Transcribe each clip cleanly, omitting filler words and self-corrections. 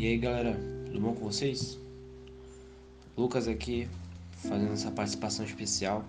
E aí galera, tudo bom com vocês? Lucas aqui, fazendo essa participação especial.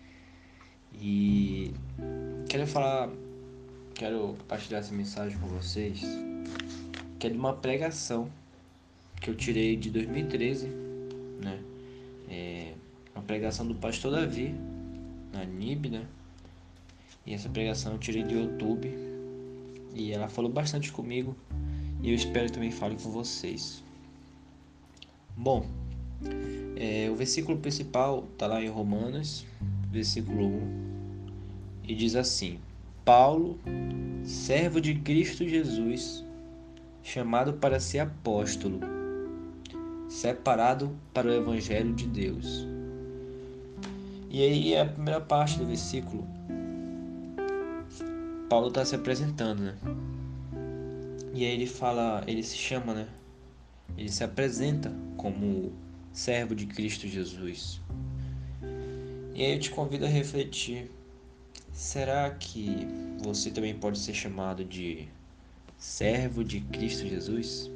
E quero falar, quero compartilhar essa mensagem com vocês, que é de uma pregação que eu tirei de 2013, né? Uma pregação do pastor Davi, na NIB, né? E essa pregação eu tirei do YouTube e ela falou bastante comigo e eu espero que também fale com vocês. Bom, o versículo principal está lá em Romanos, versículo 1, e diz assim: Paulo, servo de Cristo Jesus, chamado para ser apóstolo, separado para o Evangelho de Deus. E aí a primeira parte do versículo, Paulo está se apresentando, né? E aí ele fala, ele se chama, né? Ele se apresenta como servo de Cristo Jesus. E aí eu te convido a refletir: será que você também pode ser chamado de servo de Cristo Jesus?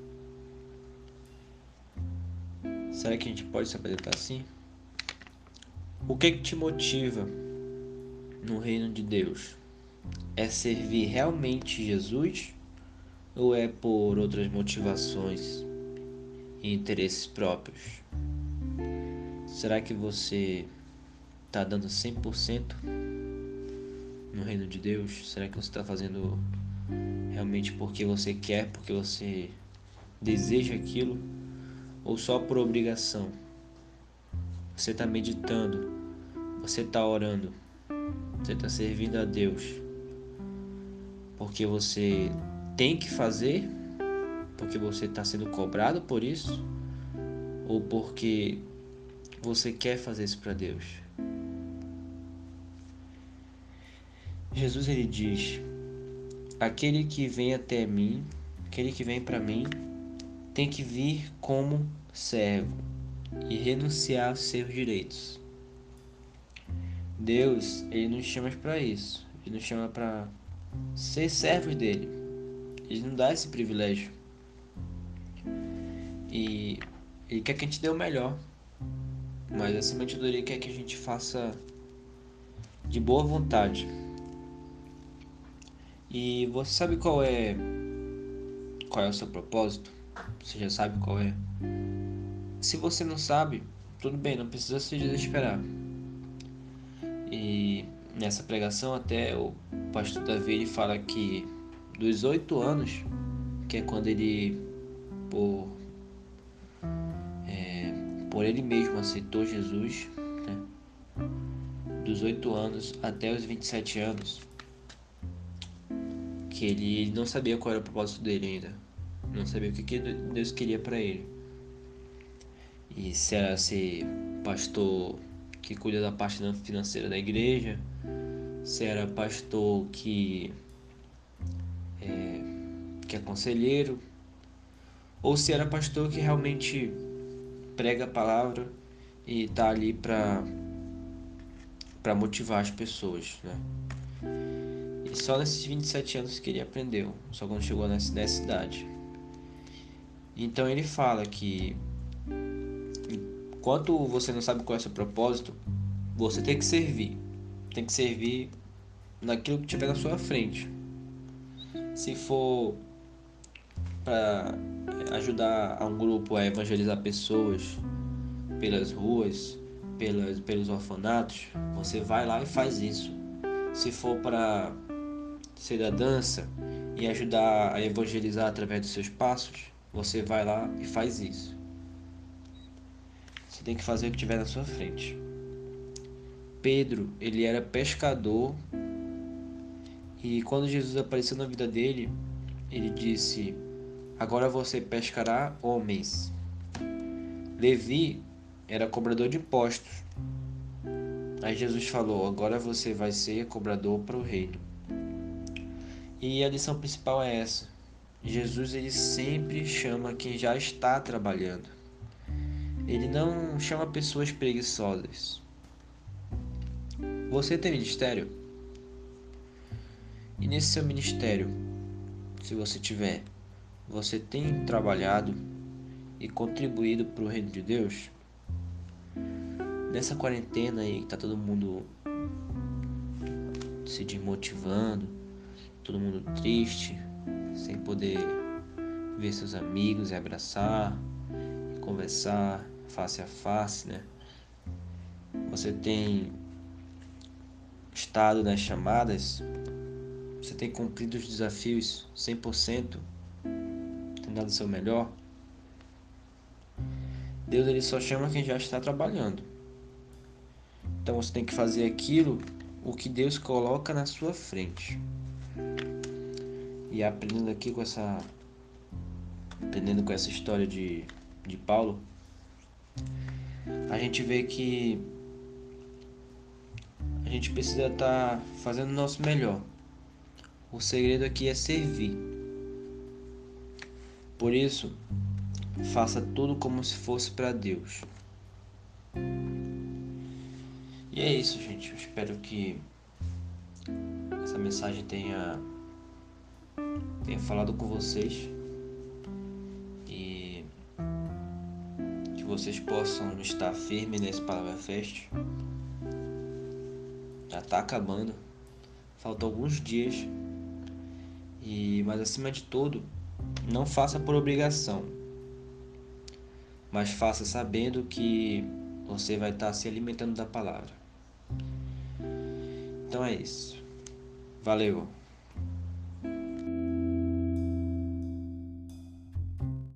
Será que a gente pode se apresentar assim? O que te motiva no reino de Deus? É servir realmente Jesus ou é por outras motivações e interesses próprios? Será que você está dando 100% no reino de Deus? Será que você está fazendo realmente porque você quer, porque você deseja aquilo, ou só por obrigação? Você está meditando, você está orando, você está servindo a Deus porque você tem que fazer, porque você está sendo cobrado por isso, ou porque você quer fazer isso para Deus? Jesus ele diz: aquele que vem até mim, aquele que vem para mim, tem que vir como servo e renunciar aos seus direitos. Deus, ele nos chama para isso. Ele nos chama para ser servos dele. Ele nos dá esse privilégio. E ele quer que a gente dê o melhor. Mas acima de tudo ele quer que a gente faça de boa vontade. E você sabe qual é o seu propósito? Você já sabe qual é? Se você não sabe, tudo bem, não precisa se desesperar. E nessa pregação até o pastor Davi ele fala que dos 8 anos, que é quando ele por, por ele mesmo aceitou Jesus, né? Dos 8 anos até os 27 anos, que ele não sabia qual era o propósito dele ainda, não sabia o que Deus queria para ele. E se era ser pastor que cuida da parte financeira da igreja, se era pastor que é conselheiro, ou se era pastor que realmente prega a palavra e tá ali para motivar as pessoas, né? E só nesses 27 anos que ele aprendeu, só quando chegou nessa idade. Então ele fala que enquanto você não sabe qual é o seu propósito, você tem que servir. Tem que servir naquilo que tiver na sua frente. Se for para ajudar a um grupo a evangelizar pessoas pelas ruas, pelos orfanatos, você vai lá e faz isso. Se for para ser da dança e ajudar a evangelizar através dos seus passos, você vai lá e faz isso. Você tem que fazer o que tiver na sua frente. Pedro, ele era pescador e quando Jesus apareceu na vida dele, ele disse: agora você pescará homens. Levi era cobrador de impostos. Aí Jesus falou: agora você vai ser cobrador para o reino. E a lição principal é essa: Jesus ele sempre chama quem já está trabalhando. Ele não chama pessoas preguiçosas. Você tem ministério? E nesse seu ministério, se você tiver, você tem trabalhado e contribuído para o reino de Deus? Nessa quarentena aí que tá todo mundo se desmotivando, todo mundo triste, sem poder ver seus amigos e abraçar, e conversar face a face, né? Você tem estado nas chamadas, você tem cumprido os desafios 100%, tem dado o seu melhor. Deus ele só chama quem já está trabalhando. Então você tem que fazer aquilo o que Deus coloca na sua frente. E aprendendo com essa história de Paulo, a gente vê que a gente precisa estar fazendo o nosso melhor. O segredo aqui é servir. Por isso, faça tudo como se fosse para Deus. E é isso, gente. Eu espero que essa mensagem tenha falado com vocês e que vocês possam estar firmes nesse Palavra Fest. Já está acabando, faltam alguns dias, mas acima de tudo, não faça por obrigação, mas faça sabendo que você vai estar se alimentando da palavra. Então é isso. Valeu!